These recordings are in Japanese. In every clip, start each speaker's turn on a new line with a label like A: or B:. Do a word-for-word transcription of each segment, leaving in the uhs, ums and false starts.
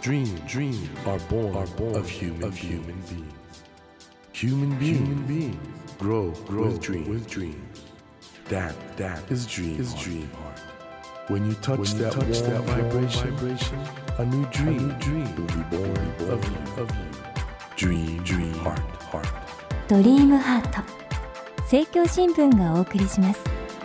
A: Dreams, dreams are born, are born of human, of human beings. Human beings, human beings grow, grow with dreams. With dreams. That, that is dream, is dream heart. When you touch, when you that, touch warm, that vibration, vibration, a new dream, a new dream will be born, born of you, of you. Dream, dream heart, heart.
B: ドリームハート政教新聞がお送りします。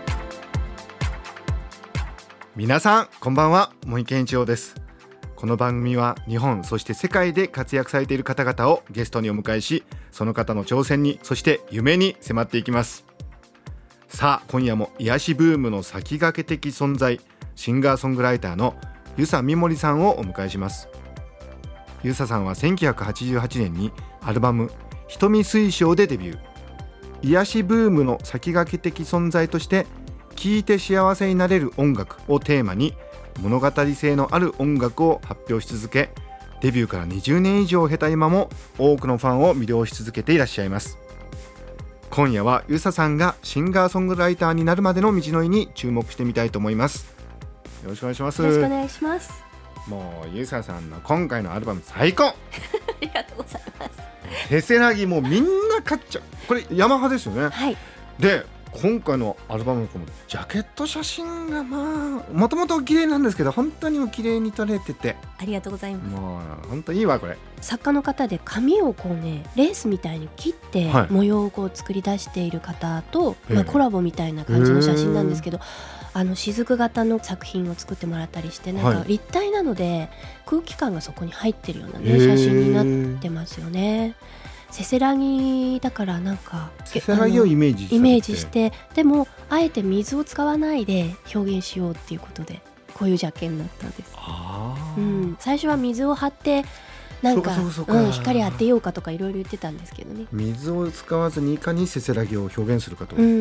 C: 皆さんこんばんは、森健一郎です。この番組は日本そして世界で活躍されている方々をゲストにお迎えし、その方の挑戦にそして夢に迫っていきます。さあ今夜も癒しブームの先駆け的存在、シンガーソングライターの遊佐美森さんをお迎えします。遊佐さんはせんきゅうひゃくはちじゅうはちねんにアルバム瞳水晶でデビュー。癒しブームの先駆け的存在として聴いて幸せになれる音楽をテーマに物語性のある音楽を発表し続け、デビューからにじゅうねん以上を経た今も多くのファンを魅了し続けていらっしゃいます。今夜は遊佐さんがシンガーソングライターになるまでの道のりに注目してみたいと思います。よろしくお願いします。
B: よろしくお願いします。
C: もう遊佐さんの今回のアルバム最高あ
B: りがとうございます。
C: せせらぎもうみんな買っちゃう。これヤマハですよね。
B: はい。
C: で今回のアルバムのこのジャケット写真がまあもともと綺麗なんですけど、本当にも綺麗に撮れてて、
B: ありがとうございます。
C: もう本当いいわこれ。
D: 作家の方で髪をこうねレースみたいに切って模様をこう作り出している方と、まあ、コラボみたいな感じの写真なんですけど、あの雫型の作品を作ってもらったりして、なんか立体なので空気感がそこに入ってるような、ね、写真になってますよね。せせらぎだからなんか
C: せせらぎをイメージ
D: イメージして、でもあえて水を使わないで表現しようっていうことでこういうジャケになったんです。
C: あ、
D: うん、最初は水を張ってなんかうん、光当てようかとかいろいろ言ってたんですけどね。
C: 水を使わずにいかにせせらぎを表現するかと、
D: うん、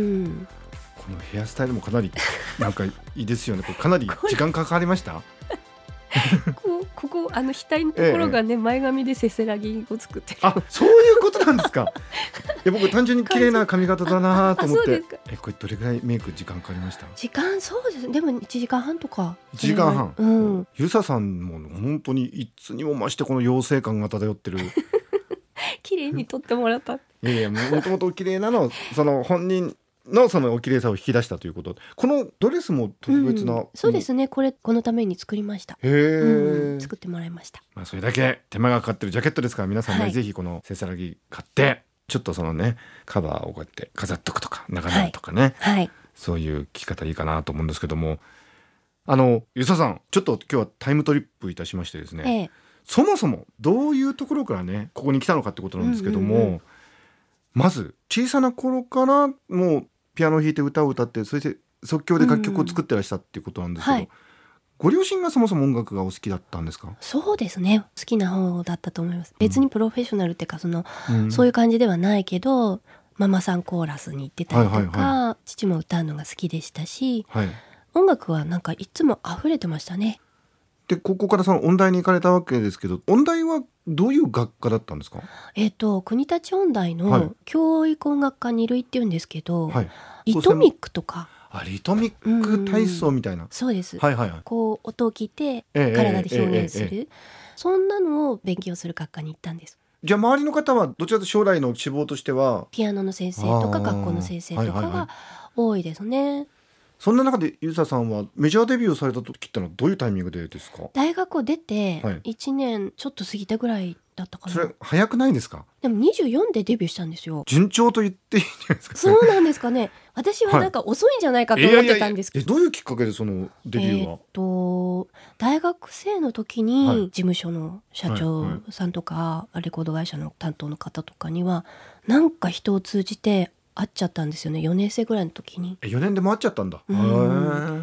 C: このヘアスタイルもかなりなんかいいですよね。これかなり時間かかりました
D: こ, ここあの額のところがね、ええ、前髪でせせらぎを作ってる。
C: あ、そういうことなんですか。いや僕単純に綺麗な髪型だなと思ってえこれどれぐらいメイク時間かかりました？
D: 時間そうですでもいちじかんはんとか。
C: いちじかんはん、
D: うん、
C: 遊佐さんも本当にいつにも増してこの妖精感が漂ってる
D: 綺麗に撮ってもらった。い
C: やいやもともと綺麗なのその本人のそのお綺麗さを引き出したということ。このドレスも特別な、
D: うん、そうですね。これこのために作りました。
C: へー、
D: うん、作ってもらいました。
C: まあ、それだけ手間がかかってるジャケットですから、皆さんね、はい、ぜひこのせせらぎ買ってちょっとそのねカバーをこうやって飾っとくとか長々とかね、
D: はいはい、
C: そういう着方いいかなと思うんですけども、あの遊佐さんちょっと今日はタイムトリップいたしましてですね、ええ、そもそもどういうところからねここに来たのかってことなんですけども、うんうんうん、まず小さな頃からもうピアノを弾いて歌を歌って、そして即興で楽曲を作ってらっしゃったっていうことなんですけど、うんはい、ご両親がそもそも音楽がお好きだったんですか？
D: そうですね、好きな方だったと思います。別にプロフェッショナルっていうかその、うん、そういう感じではないけどママさんコーラスに行ってたりとか、はいはいはい、父も歌うのが好きでしたし、はい、音楽はなんかいつも溢れてましたね。
C: でここからその音大に行かれたわけですけど、音大はどういう学科だったんですか？
D: えーと、国立音大の教育音楽科に類っていうんですけど、はい、リトミックとか、
C: あリトミック体操みたいな、
D: うん、そうです、
C: はいはいはい、
D: こう音を聞いて体で表現する、えーえーえーえー、そんなのを勉強する学科に行ったんです。
C: じゃあ周りの方はどちらかというと将来の志望としては
D: ピアノの先生とか学校の先生とかが多いですね、はいはいはい。
C: そんな中で遊佐さんはメジャーデビューされた時ってのはどういうタイミングでですか？
D: 大学を出ていちねんちょっと過ぎたぐらいだったかな。
C: それ早くないですか？
D: でもにじゅうよんでデビューしたんですよ。
C: 順調と言っていいんじゃないですか？
D: そうなんですかね。私はなんか遅いんじゃないかと思ってたんですけど、
C: はい、いやいやいや、どういうきっかけでそのデビューは？えー、っ
D: と大学生の時に事務所の社長さんとかレコード会社の担当の方とかにはなんか人を通じて会っちゃったんですよね。よねん生ぐらいの時に。
C: えよねんでも会っちゃったんだ、
D: うん、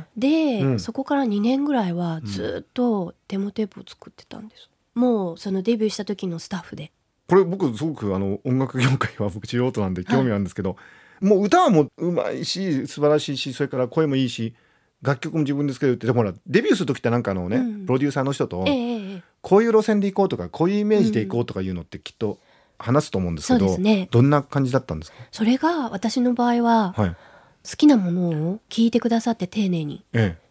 D: で、うん、そこからにねんぐらいはずっとデモテープを作ってたんです、うん、もうそのデビューした時のスタッフで。
C: これ僕すごくあの音楽業界は僕素人なんで興味あるんですけど、はい、もう歌はもううまいし素晴らしいし、それから声もいいし楽曲も自分で作れるって、でもほらデビューする時ってなんかあのね、うん、プロデューサーの人と、えー、こういう路線で行こうとかこういうイメージで行こうとかいうのってきっと話すと思うんですけど、そうですね、どんな感じだったんですか？
D: それが私の場合は、はい、好きなものを聞いてくださって丁寧に、ええ、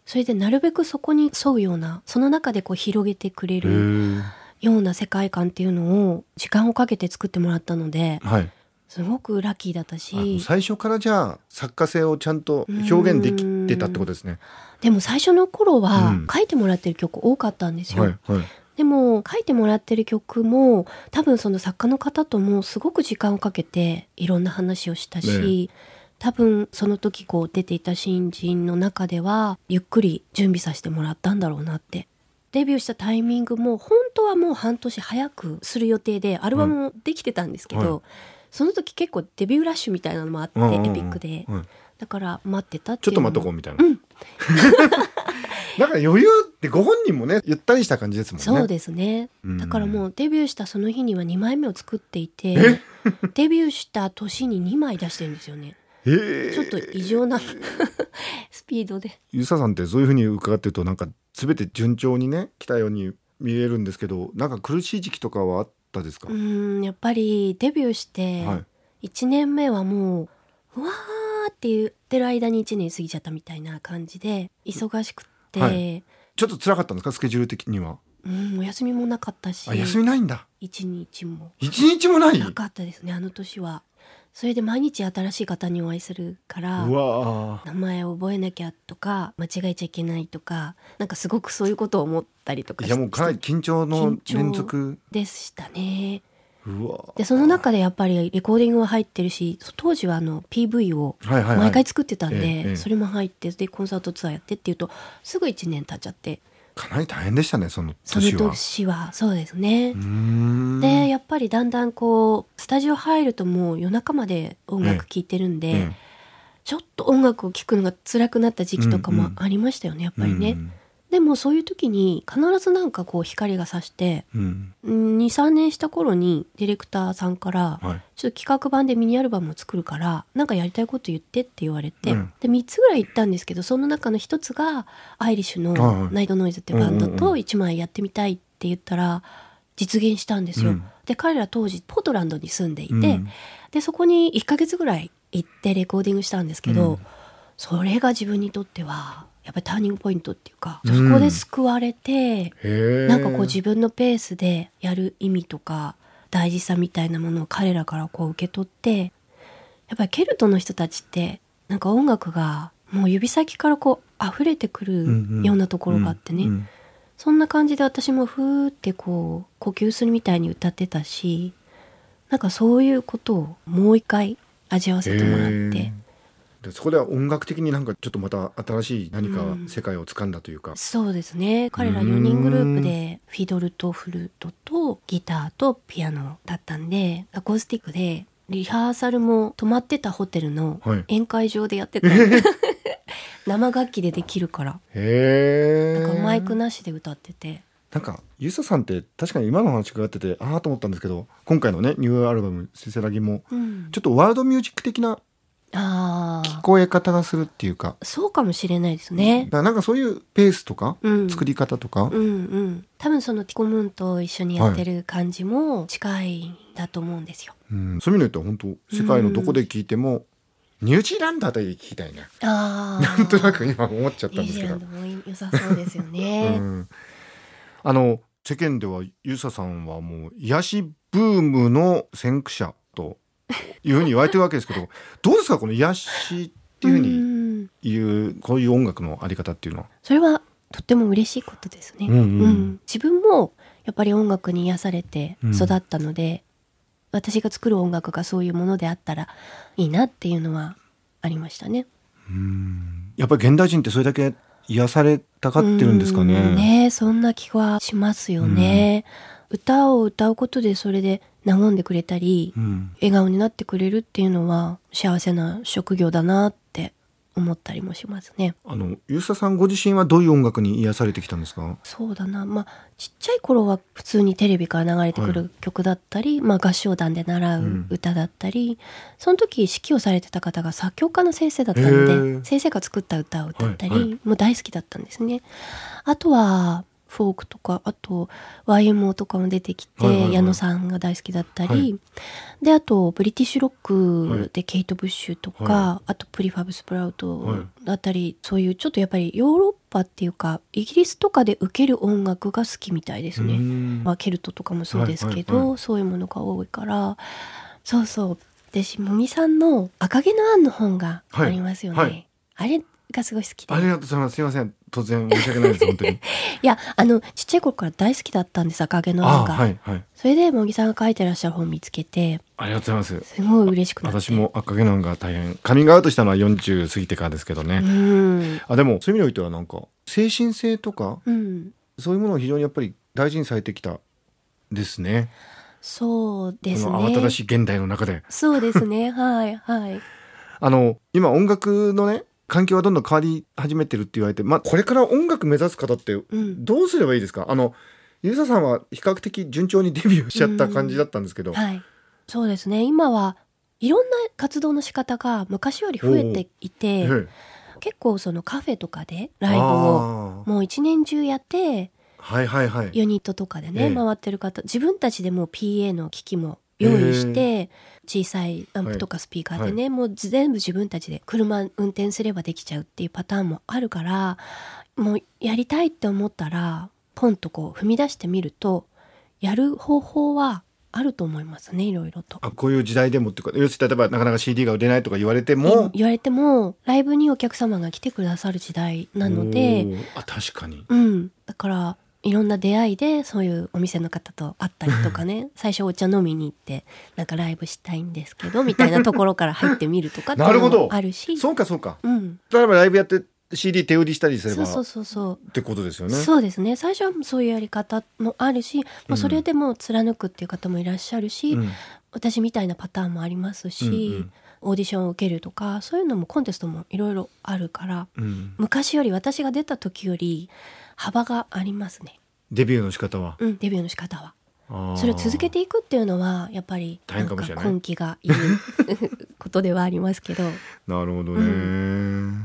D: それでなるべくそこに沿うような、その中でこう広げてくれるような世界観っていうのを時間をかけて作ってもらったので、はい、すごくラッキーだったし、
C: 最初からじゃあ作家性をちゃんと表現できてたってことですね。
D: でも最初の頃は書いてもらってる曲多かったんですよ、はいはい、でも書いてもらってる曲も多分その作家の方ともすごく時間をかけていろんな話をしたし、ね、多分その時こう出ていた新人の中ではゆっくり準備させてもらったんだろうなって。デビューしたタイミングも本当はもう半年早くする予定でアルバムもできてたんですけど、はいはい、その時結構デビューラッシュみたいなのもあって、エピックで、はい、だから待ってたっていうのも
C: ちょっと待っとこうみたいな、うんなんか余裕ってご本人もねゆったりした感じですもんね。
D: そうですね。だからもうデビューしたその日にはにまいめを作っていてデビューした年ににまい出してるんですよね。えー、ちょっと異常なスピードで。
C: ゆささんってそういう風に伺ってるとなんか全て順調にね来たように見えるんですけど、なんか苦しい時期とかはあったですか？
D: うーんやっぱりデビューしていちねんめはもううわーって言ってる間にいちねん過ぎちゃったみたいな感じで忙しくて、はい、
C: ちょっと辛かったんですか？スケジュール的には。
D: うん、お休みもなかったし。
C: あ、休みないんだ。
D: 一日も
C: 一日もない
D: なかったですね、あの年は。それで毎日新しい方にお会いするから、
C: うわ
D: 名前を覚えなきゃとか間違えちゃいけないとか、なんかすごくそういうことを思ったりとかして。
C: いやもうかなり緊張の連続
D: でしたね。
C: うわ
D: でその中でやっぱりレコーディングは入ってるし、当時はあの ピーブイ を毎回作ってたんで、はいはいはい、それも入ってでコンサートツアーやってっていうとすぐいちねん経っちゃって、
C: かなり大変でしたねその年は。
D: その年はそうですね。うーんでやっぱりだんだんこうスタジオ入るともう夜中まで音楽聴いてるんで、ええ、ちょっと音楽を聴くのが辛くなった時期とかもありましたよね、うんうん、やっぱりね、うんうん、でもそういう時に必ずなんかこう光が差して、うん、にさんねんした頃にディレクターさんから、はい、ちょっと企画版でミニアルバムを作るからなんかやりたいこと言ってって言われて、うん、でみっつぐらい言ったんですけど、その中のひとつがアイリッシュのナイトノイズっていうバンドといちまいやってみたいって言ったら実現したんですよ、うん、で彼ら当時ポートランドに住んでいて、うん、でそこにいっかげつぐらい行ってレコーディングしたんですけど、うん、それが自分にとってはやっぱりターニングポイントっていうか、そこで救われて、うん、なんかこう自分のペースでやる意味とか大事さみたいなものを彼らからこう受け取って、やっぱりケルトの人たちってなんか音楽がもう指先からこう溢れてくるようなところがあってね、うんうんうん、そんな感じで私もふーってこう呼吸するみたいに歌ってたし、なんかそういうことをもう一回味わわせてもらって、
C: でそこでは音楽的になんかちょっとまた新しい何か世界を掴んだというか、うん、
D: そうですね。彼らよにんグループでフィドルとフルートとギターとピアノだったんで、アコースティックでリハーサルも泊まってたホテルの宴会場でやってた、はい、生楽器でできるから、へー、なんかマイクなしで歌ってて、
C: なんかゆささんって確かに今の話伺っててああと思ったんですけど、今回のねニューアルバムせせらぎも、うん、ちょっとワールドミュージック的な
D: あ
C: 聞こえ方がするっていうか、
D: そうかもしれないですね。
C: だからなんかそういうペースとか、うん、作り方とか、
D: うんうん、多分そのティコムーンと一緒にやってる感じも近いんだと思うんですよ、
C: はい、うん、そういう意味で言うと本当世界のどこで聞いても、うん、ニュージーランドあたりで聞きたいな、あなんとなく今思っちゃったんですけど、
D: ニュージーランドも良さそうですよね、うん、
C: あの世間ではゆささんはもう癒しブームの先駆者というふうに言われてるわけですけどどうですかこの癒しっていうふうに言うこういう音楽のあり方っていうのは。
D: それはとっても嬉しいことですね、うんうんうん、自分もやっぱり音楽に癒されて育ったので、うん、私が作る音楽がそういうものであったらいいなっていうのはありましたね。
C: うーん、やっぱり現代人ってそれだけ癒されたがってるんですかね。
D: うんね、そんな気はしますよね、うん、歌を歌うことでそれで和んでくれたり、うん、笑顔になってくれるっていうのは幸せな職業だなって思ったりもしますね。
C: あのゆうささんご自身はどういう音楽に癒されてきたんですか？
D: そうだな、まあ、ちっちゃい頃は普通にテレビから流れてくる曲だったり、はい、まあ、合唱団で習う歌だったり、うん、その時指揮をされてた方が作曲家の先生だったので先生が作った歌を歌ったり、はいはい、もう大好きだったんですね。あとはフォークとかあと ワイエムオー とかも出てきて、はいはいはい、矢野さんが大好きだったり、はい、であとブリティッシュロックでケイト・ブッシュとか、はい、あとプリファブ・スプラウトだったり、はい、そういうちょっとやっぱりヨーロッパっていうかイギリスとかで受ける音楽が好きみたいですね。まあ、ケルトとかもそうですけど、はいはいはい、そういうものが多いからそうそう私もみさんの赤毛のアンの本がありますよね、はいはい、あれがすごい好きで。
C: ありがとうございます。すいません突然申し訳ないです本当にい
D: やあのちっちゃい頃から大好きだったんです赤毛のアンが、
C: はいはい、
D: それで茂木さんが書いてらっしゃる本見つけて
C: ありがとうございます。
D: すごい嬉しくなって。
C: 私も赤毛のアンが大変カミングアウトしたのはよんじゅう過ぎてからですけどね。うんあでもそういう意味においてはなんか精神性とか、うん、そういうものを非常にやっぱり大事にされてきたですね。
D: そうですね。
C: この慌ただしい現代の中で
D: そうですねはいはい
C: あの今音楽のね環境はどんどん変わり始めてるって言われて、まあ、これから音楽目指す方ってどうすればいいですか、うん、あのゆうささんは比較的順調にデビューしちゃった感じだったんですけど、
D: うんはい、そうですね今はいろんな活動の仕方が昔より増えていて、結構そのカフェとかでライブをもう一年中やって
C: はいはいはい、
D: ユニットとかでね、ええ、回ってる方自分たちでもう ピーエー の機器も用意して、えー、小さいアンプとかスピーカーでね、はい、もう全部自分たちで車運転すればできちゃうっていうパターンもあるからもうやりたいって思ったらポンとこう踏み出してみるとやる方法はあると思いますねいろいろと。
C: あこういう時代でもっていうか要するに例えばなかなか シーディー が売れないとか言われても
D: 言われてもライブにお客様が来てくださる時代なので
C: あ確かに、
D: うん、だからいろんな出会いでそういうお店の方と会ったりとかね最初お茶飲みに行ってなんかライブしたいんですけどみたいなところから入ってみるとかっていうのもあるし
C: そうかそうか、
D: うん、
C: 例えばライブやって シーディー 手売りしたりすれば
D: そうそうそうそう
C: ってことですよね。
D: そうですね最初はそういうやり方もあるし、まあ、それでも貫くっていう方もいらっしゃるし、うん、私みたいなパターンもありますし、うんうん、オーディションを受けるとかそういうのもコンテストもいろいろあるから、うん、昔より私が出た時より幅がありますね。
C: デビューの仕方は、
D: うん、デビューの仕方はそれを続けていくっていうのはやっぱりなんか根気がいることではありますけど
C: なるほどね、うん、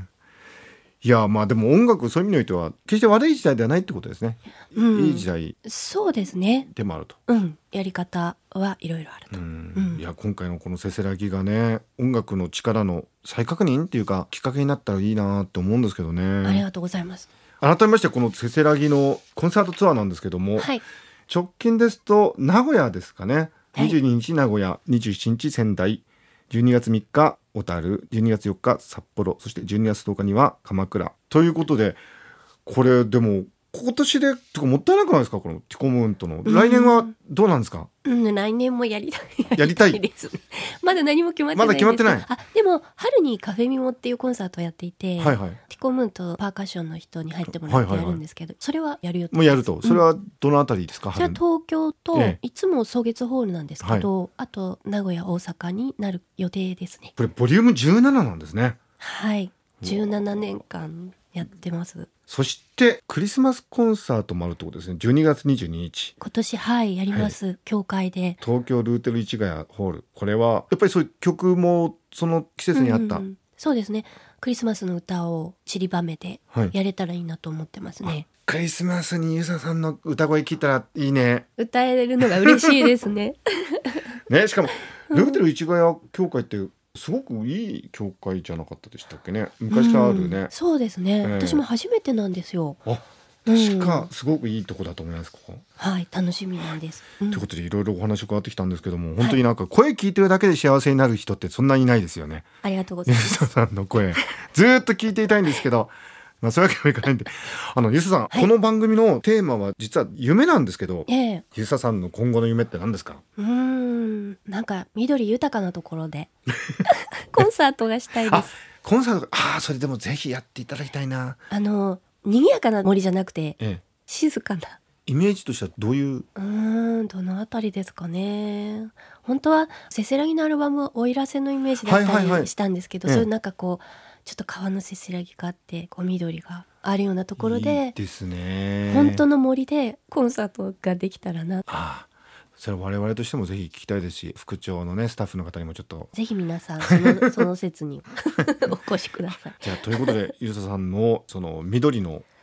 C: いやまあでも音楽そういう意味においては決して悪い時代ではないってことですね、うん、いい時代
D: そうですね
C: でもあると、
D: うん、やり方はいろいろあると、うんうん、
C: いや今回のこのせせらぎがね音楽の力の再確認っていうかきっかけになったらいいなって思うんですけどね。
D: ありがとうございます。
C: 改めましてこのせせらぎのコンサートツアーなんですけども、はい、直近ですと名古屋ですかね、はい、にじゅうににち名古屋、にじゅうしちにち仙台、じゅうにがつみっか小樽、じゅうにがつよっか札幌、そしてじゅうにがつとおかには鎌倉ということで、これでも今年でとかもったいなくないですかこのティコムーンとの来年はどうなんですか。
D: うん、来年もやりたい
C: やりたい
D: ですまだ何も決まってないんです。
C: まだ決まってない。
D: あでも春にカフェミモっていうコンサートをやっていて、はいはい、ティコムーンとパーカッションの人に入ってもらってやるんですけど、はいはいはい、それはやる予定です。
C: もうやると。それはどのあたりですか、うん、
D: それは東京と、ええ、いつも草月ホールなんですけど、はい、あと名古屋大阪になる予定ですね。
C: これボリュームじゅうなななんですね。
D: はいじゅうななねんかんやってます。
C: そしてクリスマスコンサートもあるってことですね。じゅうにがつにじゅうににち
D: 今年はいやります、はい、教会で
C: 東京ルーテル市ヶ谷ホール。これはやっぱりそういう曲もその季節にあった、うんうん、
D: そうですね。クリスマスの歌を散りばめてやれたらいいなと思ってますね、はい、
C: クリスマスにゆささんの歌声聞いたらいいね。
D: 歌えるのが嬉しいですね
C: ね、しかもルーテル市ヶ谷教会ってすごくいい教会じゃなかったでしたっけね。昔からあるね、うん、
D: そうですね、えー、私も初めてなんですよ。
C: あ確かすごくいいとこだと思いますここ。
D: はい楽しみなんです、うん、
C: ということでいろいろお話伺ってきたんですけども、本当になんか声聞いてるだけで幸せになる人ってそんなにいないですよね。
D: ありがとうございます。
C: ゆささんの声ずっと聞いていたいんですけどまあ、そういうわけにもいかないんであのゆささん、はい、この番組のテーマは実は夢なんですけど、ええ、ゆささんの今後の夢って何ですか。
D: うーんなんか緑豊かなところでコンサートがしたいです。
C: あコンサートあそれでもぜひやっていただきたいな。
D: あの賑やかな森じゃなくて、ええ、静かな
C: イメージとしてはどういう。
D: うーんどのあたりですかね。本当はせせらぎのアルバムはおいらせのイメージだったりしたんですけど、はいはいはい、そういうなんかこうちょっと川のせせらぎがあってこう緑があるようなところで
C: いいですね。
D: 本当の森でコンサートができたらな。あ
C: あそれは我々としてもぜひ聞きたいですし、副長のねスタッフの方にもちょっと
D: ぜひ皆さんその、その説にお越しください。
C: じゃあということでゆささんのその緑の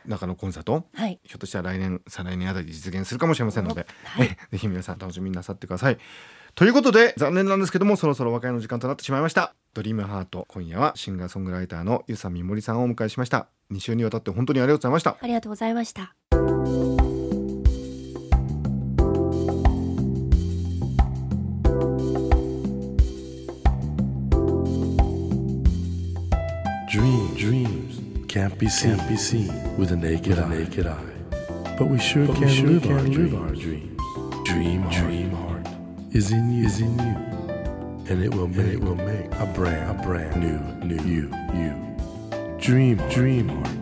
C: 中のコンサート、
D: はい、
C: ひょっとしたら来年再来年あたり実現するかもしれませんので、はい、ぜひ皆さん楽しみになさってください。ということで残念なんですけどもそろそろお別れの時間となってしまいました。ドリームハート、今夜はシンガーソングライターの遊佐美森さんをお迎えしました。に週にわたって本当にありがとうございました。
D: ありがとうございました。
A: Dreams, dreams can't be seen, can't be seen with a naked, with a naked eye. eye. But we sure but can, we sure live, can our live our dreams. Dream, dream heart, heart is in you, is in you, and it will make, it will make a brand, a brand new, new you, you. Dream, dream heart.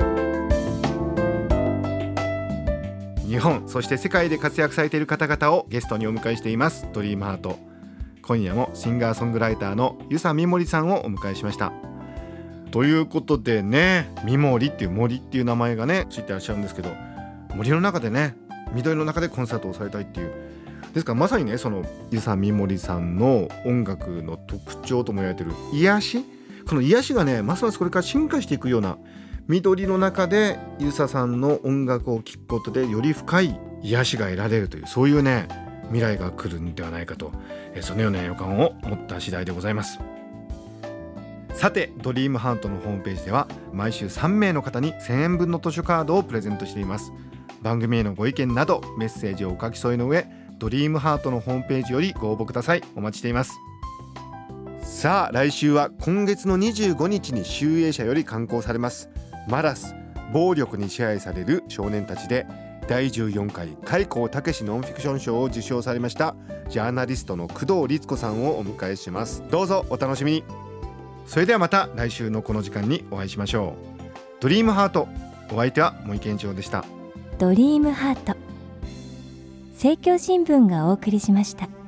C: 日本そして世界で活躍されている方々をゲストにお迎えしています。ドリームハート、今夜もシンガーソングライターの遊佐美森さんをお迎えしました。ということでね、ミモリっていう森っていう名前がねついてらっしゃるんですけど、森の中でね、緑の中でコンサートをされたいっていう、ですからまさにね、その遊佐美森さんの音楽の特徴とも言われている癒し、この癒しがねますますこれから進化していくような、緑の中で遊佐さんの音楽を聴くことでより深い癒しが得られるという、そういうね未来が来るんではないかと、そのような予感を持った次第でございます。さて、ドリームハートのホームページでは毎週さん名の方にせんえん分の図書カードをプレゼントしています。番組へのご意見などメッセージをお書き添えの上、ドリームハートのホームページよりご応募ください。お待ちしています。さあ、来週は今月のにじゅうごにちに集英社より刊行されますマラス、暴力に支配される少年たちでだいじゅうよんかい開高武ノンフィクション賞を受賞されましたジャーナリストの工藤律子さんをお迎えします。どうぞお楽しみに。それではまた来週のこの時間にお会いしましょう。ドリームハート、お相手は森健一郎でした。
B: ドリームハート、政教新聞がお送りしました。